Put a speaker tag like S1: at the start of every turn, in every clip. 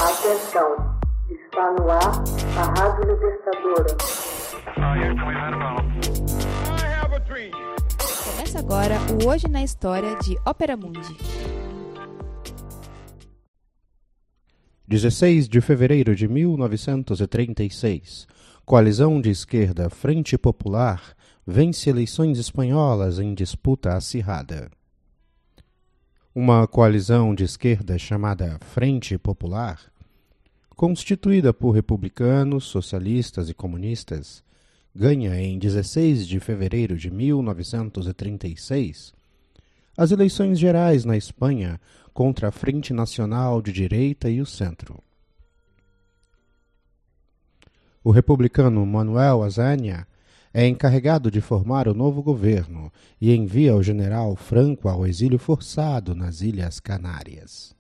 S1: Atenção, está no ar a Rádio Libertadora.
S2: Começa agora o Hoje na História de Ópera Mundi.
S3: 16 de fevereiro de 1936. Coalizão de esquerda Frente Popular vence eleições espanholas em disputa acirrada. Uma coalizão de esquerda chamada Frente Popular, constituída por republicanos, socialistas e comunistas, ganha em 16 de fevereiro de 1936 as eleições gerais na Espanha contra a Frente Nacional de Direita e o Centro. O republicano Manuel Azaña é encarregado de formar o novo governo e envia o general Franco ao exílio forçado nas Ilhas Canárias.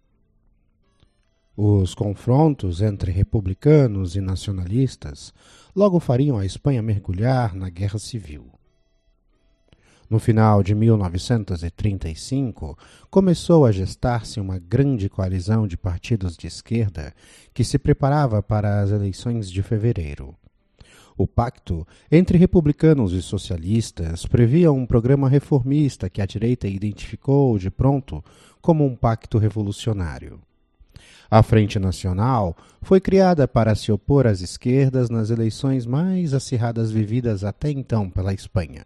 S3: Os confrontos entre republicanos e nacionalistas logo fariam a Espanha mergulhar na Guerra Civil. No final de 1935, começou a gestar-se uma grande coalizão de partidos de esquerda que se preparava para as eleições de fevereiro. O pacto entre republicanos e socialistas previa um programa reformista que a direita identificou de pronto como um pacto revolucionário. A Frente Nacional foi criada para se opor às esquerdas nas eleições mais acirradas vividas até então pela Espanha.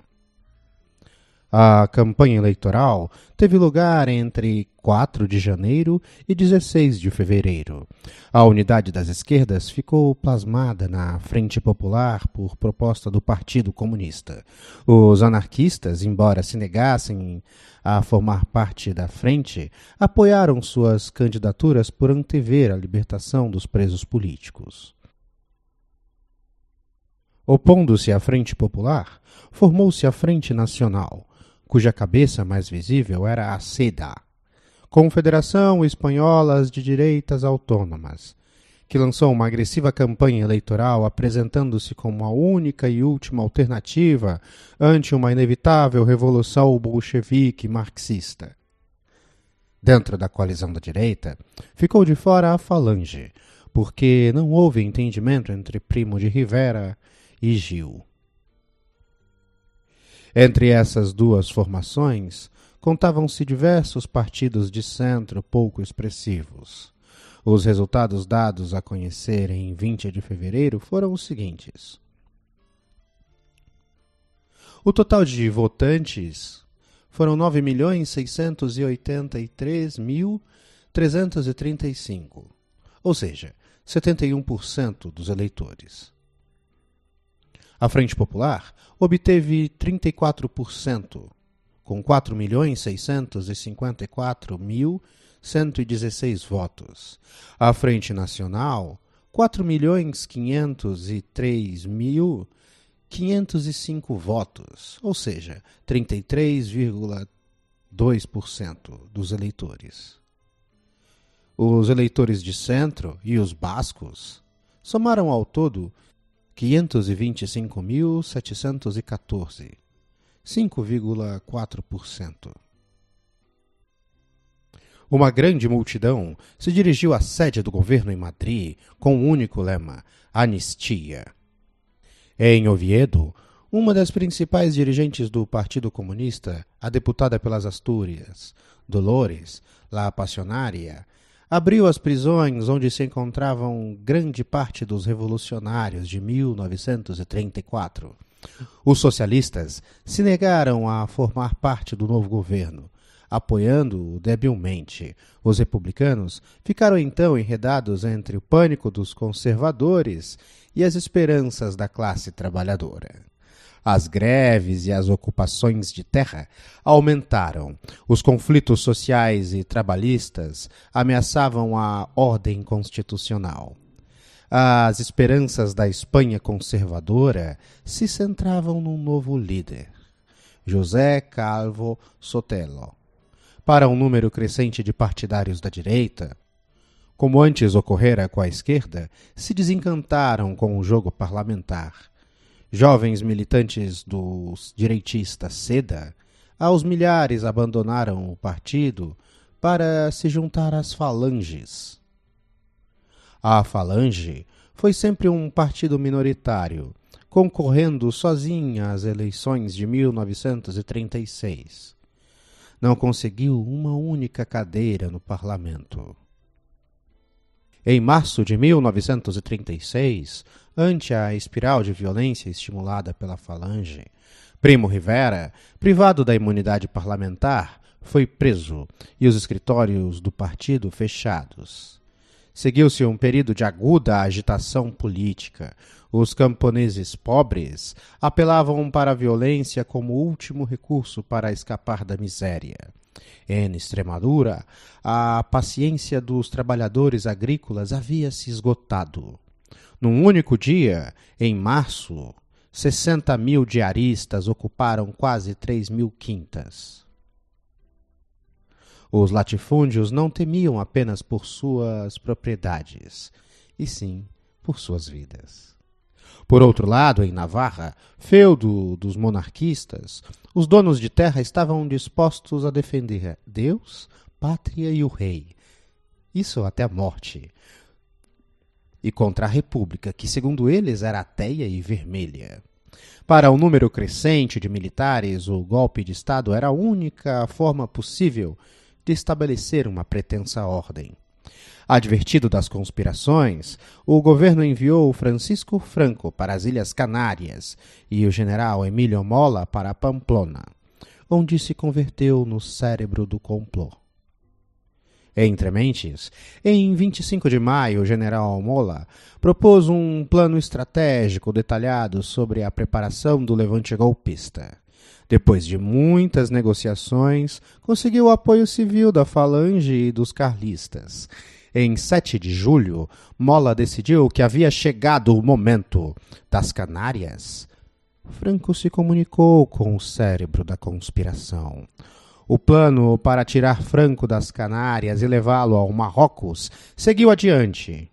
S3: A campanha eleitoral teve lugar entre 4 de janeiro e 16 de fevereiro. A unidade das esquerdas ficou plasmada na Frente Popular por proposta do Partido Comunista. Os anarquistas, embora se negassem a formar parte da frente, apoiaram suas candidaturas por antever a libertação dos presos políticos. Opondo-se à Frente Popular, formou-se a Frente Nacional, cuja cabeça mais visível era a CEDA, Confederação Espanhola de Direitas Autônomas, que lançou uma agressiva campanha eleitoral apresentando-se como a única e última alternativa ante uma inevitável revolução bolchevique marxista. Dentro da coalizão da direita, ficou de fora a Falange, porque não houve entendimento entre Primo de Rivera e Gil. Entre essas duas formações, contavam-se diversos partidos de centro pouco expressivos. Os resultados dados a conhecer em 20 de fevereiro foram os seguintes. O total de votantes foram 9.683.335, ou seja, 71% dos eleitores. A Frente Popular obteve 34%, com 4.654.116 votos. A Frente Nacional, 4.503.505 votos, ou seja, 33,2% dos eleitores. Os eleitores de centro e os bascos somaram ao todo 525.714, 5,4%. Uma grande multidão se dirigiu à sede do governo em Madrid com o único lema: anistia. Em Oviedo, uma das principais dirigentes do Partido Comunista, a deputada pelas Astúrias, Dolores La Passionaria, abriu as prisões onde se encontravam grande parte dos revolucionários de 1934. Os socialistas se negaram a formar parte do novo governo, apoiando-o debilmente. Os republicanos ficaram então enredados entre o pânico dos conservadores e as esperanças da classe trabalhadora. As greves e as ocupações de terra aumentaram. Os conflitos sociais e trabalhistas ameaçavam a ordem constitucional. As esperanças da Espanha conservadora se centravam num novo líder, José Calvo Sotelo. Para um número crescente de partidários da direita, como antes ocorrera com a esquerda, se desencantaram com o jogo parlamentar. Jovens militantes dos direitistas CEDA, aos milhares abandonaram o partido para se juntar às falanges. A Falange foi sempre um partido minoritário, concorrendo sozinha às eleições de 1936. Não conseguiu uma única cadeira no parlamento. Em março de 1936, ante a espiral de violência estimulada pela Falange, Primo Rivera, privado da imunidade parlamentar, foi preso e os escritórios do partido fechados. Seguiu-se um período de aguda agitação política. Os camponeses pobres apelavam para a violência como último recurso para escapar da miséria. Em Extremadura, a paciência dos trabalhadores agrícolas havia se esgotado. Num único dia, em março, 60.000 diaristas ocuparam quase 3.000 quintas. Os latifúndios não temiam apenas por suas propriedades, e sim por suas vidas. Por outro lado, em Navarra, feudo dos monarquistas, os donos de terra estavam dispostos a defender Deus, pátria e o rei, isso até a morte, e contra a república, que segundo eles era ateia e vermelha. Para um número crescente de militares, o golpe de Estado era a única forma possível de estabelecer uma pretensa ordem. Advertido das conspirações, o governo enviou Francisco Franco para as Ilhas Canárias e o general Emílio Mola para Pamplona, onde se converteu no cérebro do complô. Entre mentes, em 25 de maio, o general Mola propôs um plano estratégico detalhado sobre a preparação do levante golpista. Depois de muitas negociações, conseguiu o apoio civil da Falange e dos carlistas. Em 7 de julho, Mola decidiu que havia chegado o momento das Canárias. Franco se comunicou com o cérebro da conspiração. O plano para tirar Franco das Canárias e levá-lo ao Marrocos seguiu adiante.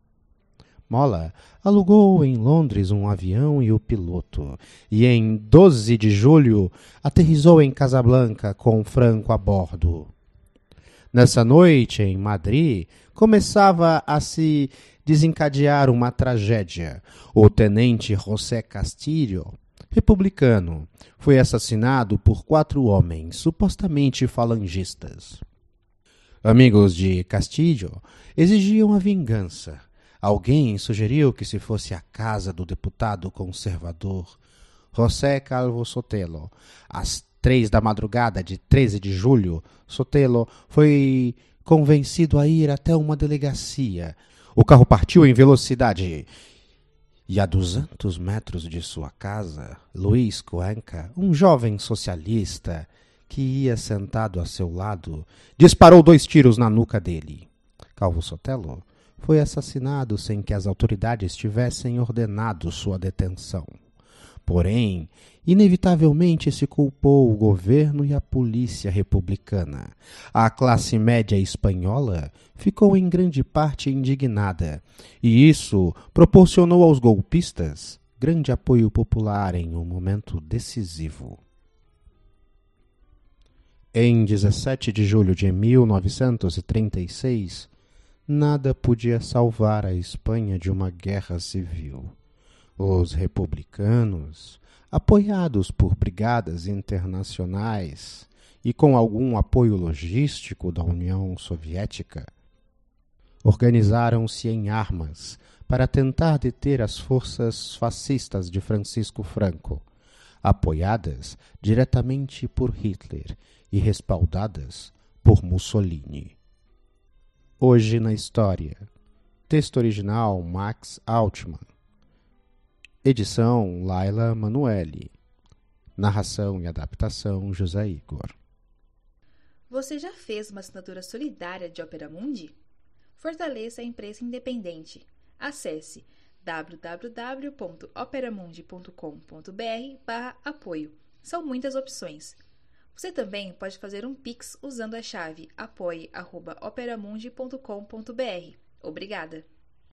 S3: Mola alugou em Londres um avião e o piloto, e em 12 de julho aterrissou em Casablanca com Franco a bordo. Nessa noite, em Madrid, começava a se desencadear uma tragédia. O tenente José Castillo, republicano, foi assassinado por 4 homens, supostamente falangistas. Amigos de Castillo exigiam a vingança. Alguém sugeriu que se fosse à casa do deputado conservador José Calvo Sotelo. Às 3 da madrugada de 13 de julho, Sotelo foi convencido a ir até uma delegacia. O carro partiu em velocidade e a 200 metros de sua casa, Luís Cuenca, um jovem socialista que ia sentado a seu lado, disparou 2 tiros na nuca dele. Calvo Sotelo foi assassinado sem que as autoridades tivessem ordenado sua detenção. Porém, inevitavelmente se culpou o governo e a polícia republicana. A classe média espanhola ficou em grande parte indignada, e isso proporcionou aos golpistas grande apoio popular em um momento decisivo. Em 17 de julho de 1936, nada podia salvar a Espanha de uma guerra civil. Os republicanos, apoiados por brigadas internacionais e com algum apoio logístico da União Soviética, organizaram-se em armas para tentar deter as forças fascistas de Francisco Franco, apoiadas diretamente por Hitler e respaldadas por Mussolini. Hoje na História. Texto original Max Altman. Edição Laila Manuelle. Narração e adaptação José Igor.
S2: Você já fez uma assinatura solidária de Opera Mundi? Fortaleça a imprensa independente. Acesse www.operamundi.com.br/apoio. São muitas opções. Você também pode fazer um Pix usando a chave apoie@operamundi.com.br. Obrigada!